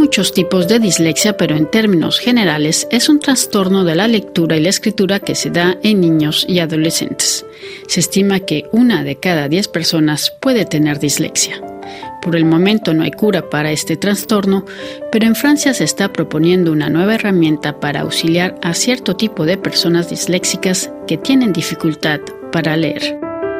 muchos tipos de dislexia, pero en términos generales es un trastorno de la lectura y la escritura que se da en niños y adolescentes. Se estima que 1 de cada 10 personas puede tener dislexia. Por el momento no hay cura para este trastorno, pero en Francia se está proponiendo una nueva herramienta para auxiliar a cierto tipo de personas disléxicas que tienen dificultad para leer.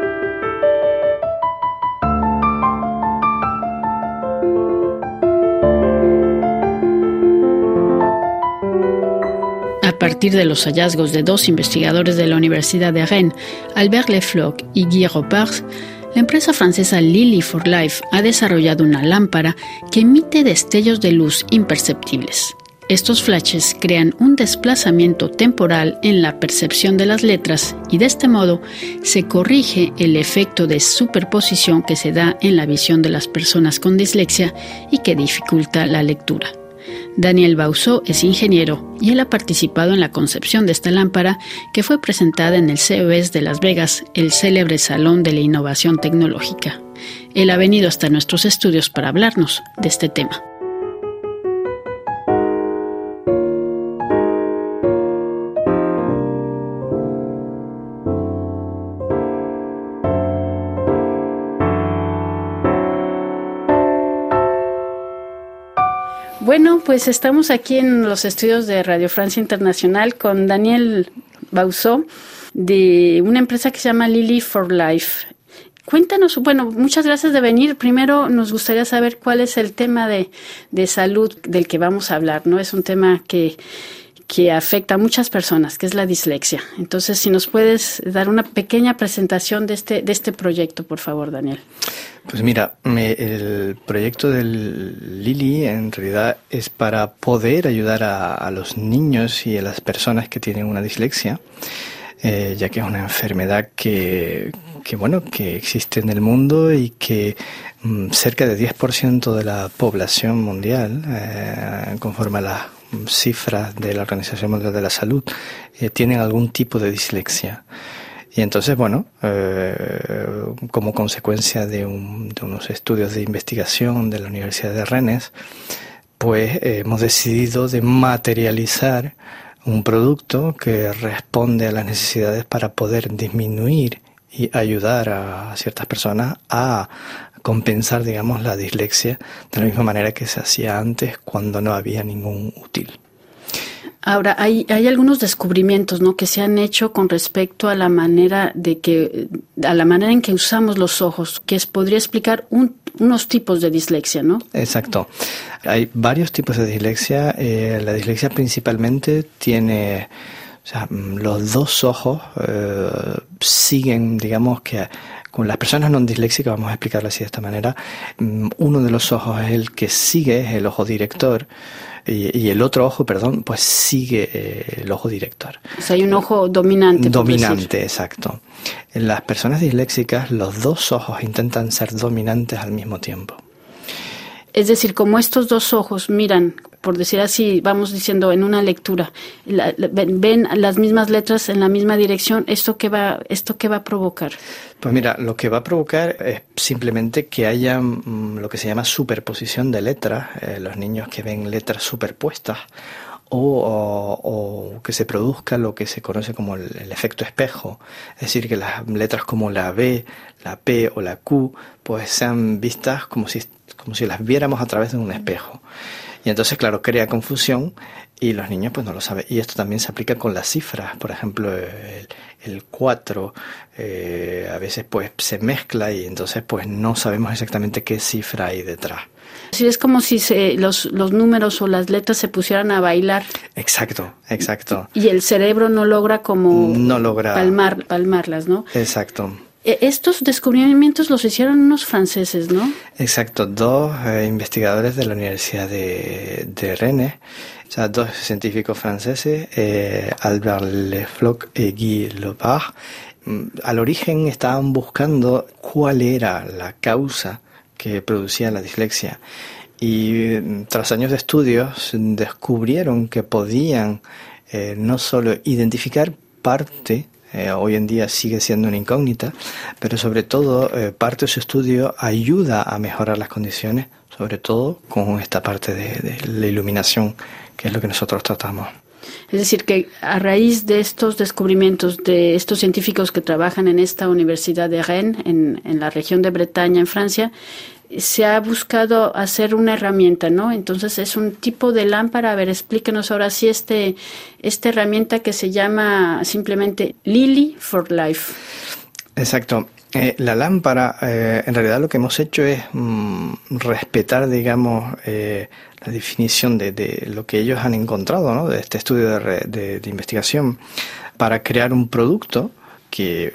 A partir de los hallazgos de 2 investigadores de la Universidad de Rennes, Albert Lefloc y Guy Ropars, la empresa francesa Lily for Life ha desarrollado una lámpara que emite destellos de luz imperceptibles. Estos flashes crean un desplazamiento temporal en la percepción de las letras y de este modo se corrige el efecto de superposición que se da en la visión de las personas con dislexia y que dificulta la lectura. Daniel Bausó es ingeniero y él ha participado en la concepción de esta lámpara que fue presentada en el CES de Las Vegas, el célebre Salón de la Innovación Tecnológica. Él ha venido hasta nuestros estudios para hablarnos de este tema. Bueno, pues estamos aquí en los estudios de Radio Francia Internacional con Daniel Bausó de una empresa que se llama Lily for Life. Cuéntanos, bueno, muchas gracias de venir. Primero nos gustaría saber cuál es el tema de salud del que vamos a hablar, ¿no? Es un tema que afecta a muchas personas, que es la dislexia. Entonces, si nos puedes dar una pequeña presentación de este proyecto, por favor, Daniel. Pues mira, el proyecto del Lily en realidad es para poder ayudar a los niños y a las personas que tienen una dislexia, ya que es una enfermedad que existe en el mundo y que cerca de 10% de la población mundial, conforme a las cifras de la Organización Mundial de la Salud, tienen algún tipo de dislexia. Y entonces, como consecuencia de unos estudios de investigación de la Universidad de Rennes, pues hemos decidido de materializar un producto que responde a las necesidades para poder disminuir y ayudar a ciertas personas a compensar, digamos, la dislexia de la misma manera que se hacía antes cuando no había ningún útil. Ahora, hay algunos descubrimientos, ¿no?, que se han hecho con respecto a la manera en que usamos los ojos, que podría explicar unos tipos de dislexia, ¿no? Exacto. Hay varios tipos de dislexia. La dislexia principalmente tiene, los 2 ojos siguen, digamos que con las personas no disléxicas, vamos a explicarlo así de esta manera, uno de los ojos es el que sigue, es el ojo director, y el otro ojo, pues sigue el ojo director. O sea, hay un ojo dominante. Dominante, exacto. En las personas disléxicas, los 2 ojos intentan ser dominantes al mismo tiempo. Es decir, como estos 2 ojos miran, por decir así, vamos diciendo en una lectura, ven las mismas letras en la misma dirección, ¿esto qué va a provocar? Pues mira, lo que va a provocar es simplemente que haya lo que se llama superposición de letras, los niños que ven letras superpuestas, o que se produzca lo que se conoce como el efecto espejo, es decir, que las letras como la B, la P o la Q pues sean vistas como si las viéramos a través de un espejo. Y entonces, claro, crea confusión y los niños pues no lo saben. Y esto también se aplica con las cifras. Por ejemplo, el 4 a veces pues se mezcla y entonces pues no sabemos exactamente qué cifra hay detrás. Sí, es como si los números o las letras se pusieran a bailar. Exacto. Y el cerebro no logra palmarlas, ¿no? Exacto. Estos descubrimientos los hicieron unos franceses, ¿no? Exacto, 2 investigadores de la Universidad de Rennes, 2 científicos franceses, Albert Lefloc y Guy Ropars. Al origen estaban buscando cuál era la causa que producía la dislexia y tras años de estudios descubrieron que podían no solo identificar parte Hoy en día sigue siendo una incógnita, pero sobre todo parte de su estudio ayuda a mejorar las condiciones, sobre todo con esta parte de la iluminación, que es lo que nosotros tratamos. Es decir, que a raíz de estos descubrimientos de estos científicos que trabajan en esta Universidad de Rennes, en la región de Bretaña, en Francia, se ha buscado hacer una herramienta, ¿no? Entonces es un tipo de lámpara. A ver, explíquenos ahora sí esta herramienta que se llama simplemente Lily for Life. Exacto. La lámpara, en realidad lo que hemos hecho es respetar, digamos, la definición de lo que ellos han encontrado, ¿no? De este estudio de investigación, para crear un producto que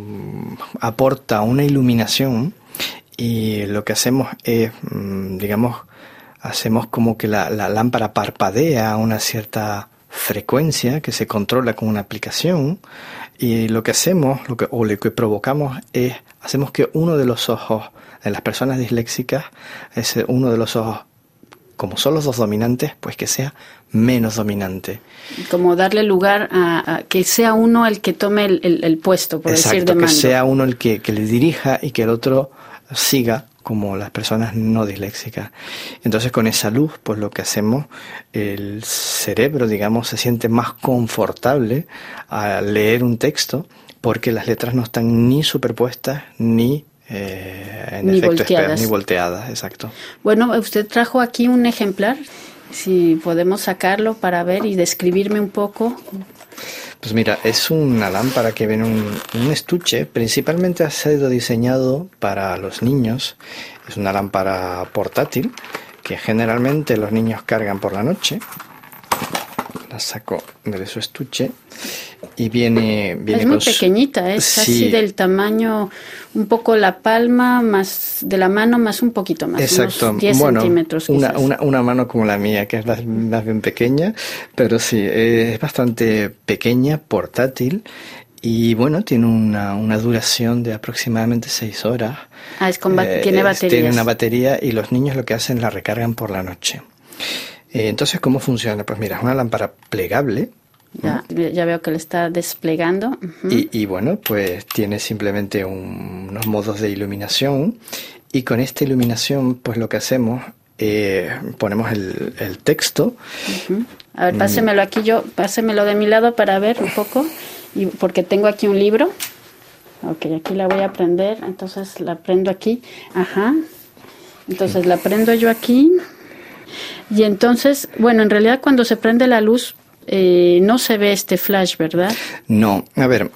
aporta una iluminación. Y lo que hacemos es, digamos, hacemos como que la lámpara parpadea a una cierta frecuencia que se controla con una aplicación, y lo que hacemos, lo que provocamos es, hacemos que uno de los ojos de las personas disléxicas, uno de los ojos, como son los dos dominantes, pues que sea menos dominante. Como darle lugar a que sea uno el que tome el puesto, por decir de mando. Que sea uno el que le dirija y que el otro siga como las personas no disléxicas. Entonces con esa luz, pues lo que hacemos, el cerebro, digamos, se siente más confortable al leer un texto, porque las letras no están ni superpuestas ni volteadas. Ni volteadas, exacto. Bueno, usted trajo aquí un ejemplar, si podemos sacarlo para ver y describirme un poco. Pues mira, es una lámpara que viene un estuche. Principalmente ha sido diseñado para los niños. Es una lámpara portátil que generalmente los niños cargan por la noche. La saco de su estuche y viene es muy pequeñita, es sí, así del tamaño, un poco la palma más de la mano, más un poquito más, exacto, unos 10 centímetros quizás. Una mano como la mía, que es más bien pequeña, pero sí, es bastante pequeña, portátil. Y bueno, tiene una duración de aproximadamente 6 horas. Tiene baterías. Tiene una batería, y los niños lo que hacen, la recargan por la noche. Entonces, ¿cómo funciona? Pues mira, es una lámpara plegable. Ya veo que le está desplegando. Uh-huh. Y bueno, pues tiene simplemente unos modos de iluminación. Y con esta iluminación, pues lo que hacemos, ponemos el texto. Uh-huh. A ver, pásemelo de mi lado para ver un poco. Y porque tengo aquí un libro. Ok, aquí la voy a prender. Entonces la prendo aquí. Ajá. Entonces la prendo yo aquí. Y entonces, bueno, en realidad cuando se prende la luz no se ve este flash, ¿verdad? No, a ver,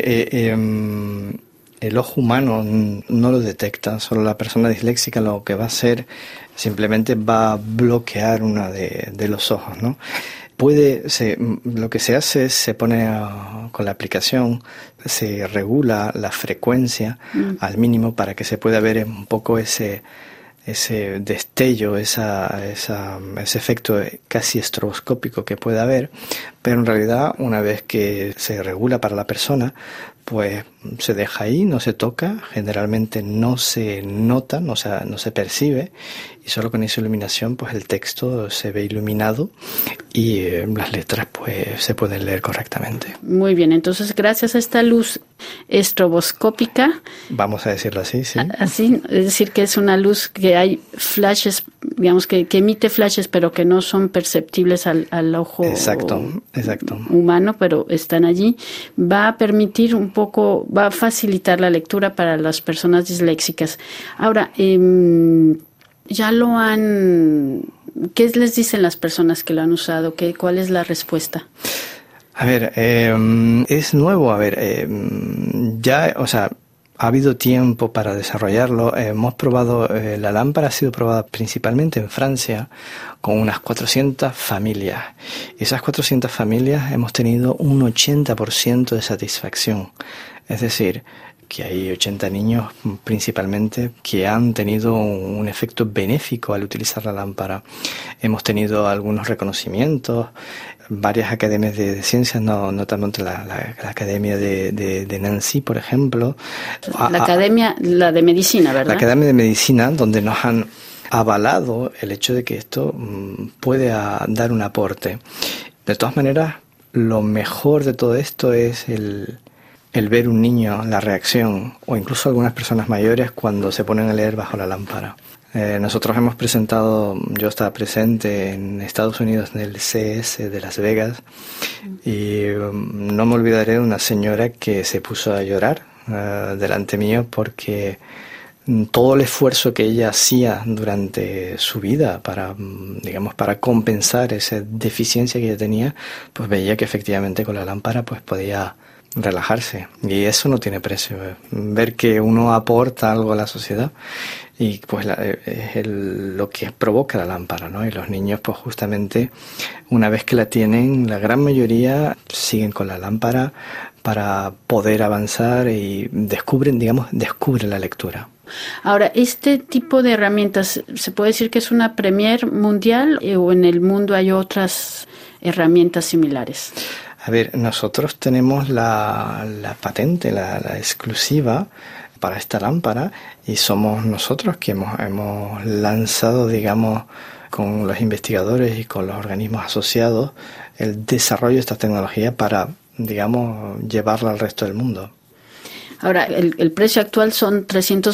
el ojo humano no lo detecta, solo la persona disléxica lo que va a hacer simplemente va a bloquear uno de los ojos, ¿no? Lo que se hace es se pone con la aplicación, se regula la frecuencia al mínimo para que se pueda ver un poco ese destello, ese efecto casi estroboscópico que puede haber, pero en realidad una vez que se regula para la persona, pues se deja ahí, no se toca, generalmente no se nota, no se percibe, y solo con esa iluminación pues el texto se ve iluminado y las letras pues se pueden leer correctamente. Muy bien, entonces gracias a esta luz estroboscópica, vamos a decirlo así, sí. Así, es decir, que es una luz que hay flashes, digamos que emite flashes, pero que no son perceptibles al ojo exacto. humano, pero están allí. Va a permitir va a facilitar la lectura para las personas disléxicas. Ahora, ya lo han... ¿Qué les dicen las personas que lo han usado? ¿Cuál es la respuesta? A ver, es nuevo, ha habido tiempo para desarrollarlo. Hemos probado, la lámpara ha sido probada principalmente en Francia con unas 400 familias. Y esas 400 familias hemos tenido un 80% de satisfacción. Es decir, que hay 80 niños principalmente que han tenido un efecto benéfico al utilizar la lámpara. Hemos tenido algunos reconocimientos, varias academias de ciencias, notamente la Academia de Nancy, por ejemplo. La de medicina, ¿verdad? La Academia de Medicina, donde nos han avalado el hecho de que esto puede dar un aporte. De todas maneras, lo mejor de todo esto es el el ver un niño, la reacción, o incluso algunas personas mayores cuando se ponen a leer bajo la lámpara. Nosotros hemos presentado, yo estaba presente en Estados Unidos en el CES de Las Vegas y no me olvidaré de una señora que se puso a llorar delante mío porque todo el esfuerzo que ella hacía durante su vida para compensar esa deficiencia que ella tenía, pues veía que efectivamente con la lámpara pues podía relajarse, y eso no tiene precio. Ver que uno aporta algo a la sociedad y pues es lo que provoca la lámpara, ¿no? Y los niños pues justamente una vez que la tienen, la gran mayoría siguen con la lámpara para poder avanzar y descubren la lectura. Ahora, este tipo de herramientas, ¿se puede decir que es una premier mundial o en el mundo hay otras herramientas similares? A ver, nosotros tenemos la patente, la exclusiva para esta lámpara, y somos nosotros que hemos lanzado, con los investigadores y con los organismos asociados, el desarrollo de esta tecnología para, llevarla al resto del mundo. Ahora, el precio actual son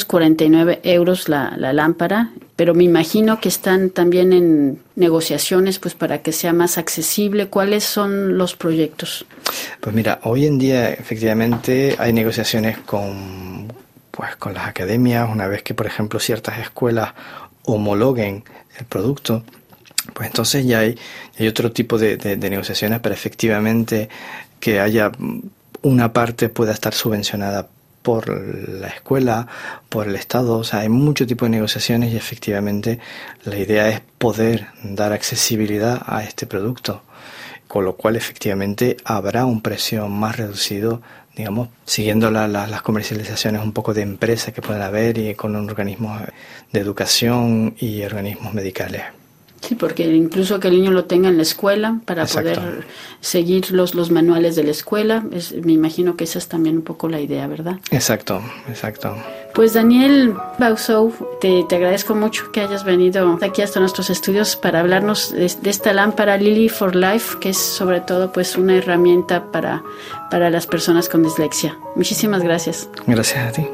349 euros la lámpara, pero me imagino que están también en negociaciones pues para que sea más accesible. ¿Cuáles son los proyectos? Pues mira, hoy en día efectivamente hay negociaciones con las academias. Una vez que, por ejemplo, ciertas escuelas homologuen el producto, pues entonces ya hay otro tipo de negociaciones para efectivamente que haya una parte pueda estar subvencionada por la escuela, por el Estado. O sea, hay mucho tipo de negociaciones y efectivamente la idea es poder dar accesibilidad a este producto, con lo cual efectivamente habrá un precio más reducido, siguiendo las comercializaciones un poco de empresas que pueden haber y con organismos de educación y organismos medicales. Sí, porque incluso que el niño lo tenga en la escuela para Exacto. poder seguir los manuales de la escuela, me imagino que esa es también un poco la idea, ¿verdad? Exacto. Pues Daniel Bausou, te agradezco mucho que hayas venido aquí hasta nuestros estudios para hablarnos de esta lámpara Lily for Life, que es sobre todo pues una herramienta para las personas con dislexia. Muchísimas gracias. Gracias a ti.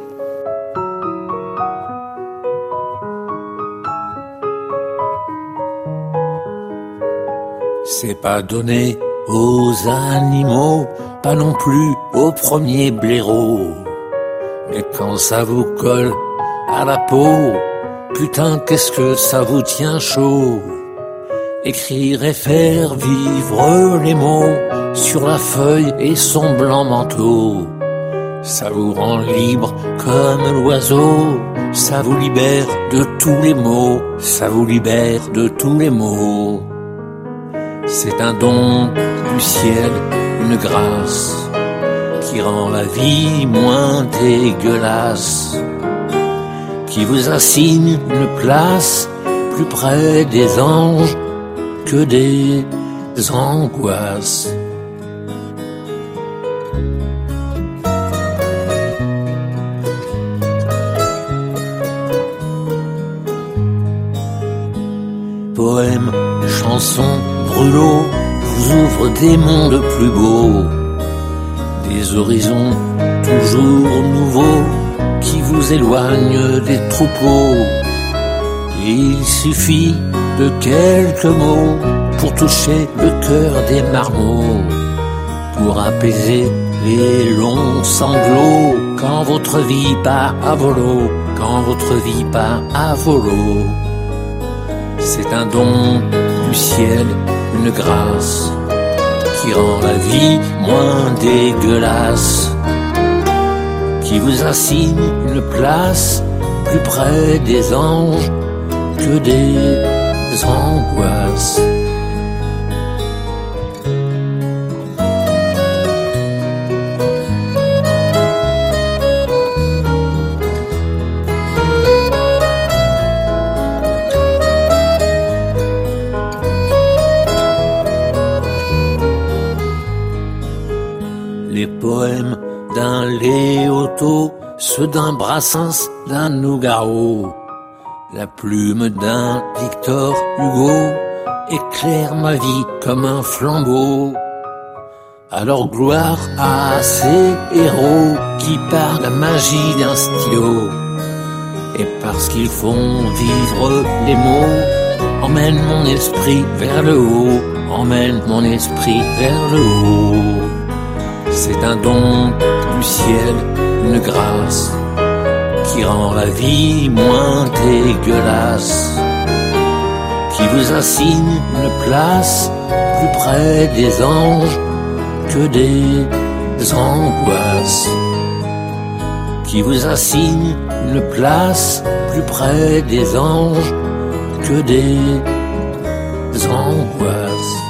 C'est pas donné aux animaux, pas non plus aux premiers blaireaux. Mais quand ça vous colle à la peau, putain qu'est-ce que ça vous tient chaud. Écrire et faire vivre les mots sur la feuille et son blanc manteau. Ça vous rend libre comme l'oiseau, ça vous libère de tous les maux, ça vous libère de tous les maux. C'est un don du ciel, une grâce qui rend la vie moins dégueulasse, qui vous assigne une place plus près des anges que des angoisses. Poèmes, chansons, brûlots vous ouvrent des mondes plus beaux, des horizons toujours nouveaux qui vous éloignent des troupeaux. Il suffit de quelques mots pour toucher le cœur des marmots, pour apaiser les longs sanglots quand votre vie part à volo, quand votre vie part à volo. C'est un don du ciel, une grâce qui rend la vie moins dégueulasse, qui vous assigne une place plus près des anges que des angoisses. Les poèmes d'un Léoto, ceux d'un Brassens, d'un Nougaro, la plume d'un Victor Hugo éclaire ma vie comme un flambeau. Alors gloire à ces héros qui par la magie d'un stylo et parce qu'ils font vivre les mots, emmène mon esprit vers le haut, emmène mon esprit vers le haut. C'est un don du ciel, une grâce qui rend la vie moins dégueulasse, qui vous assigne une place plus près des anges que des angoisses, qui vous assigne une place plus près des anges que des angoisses.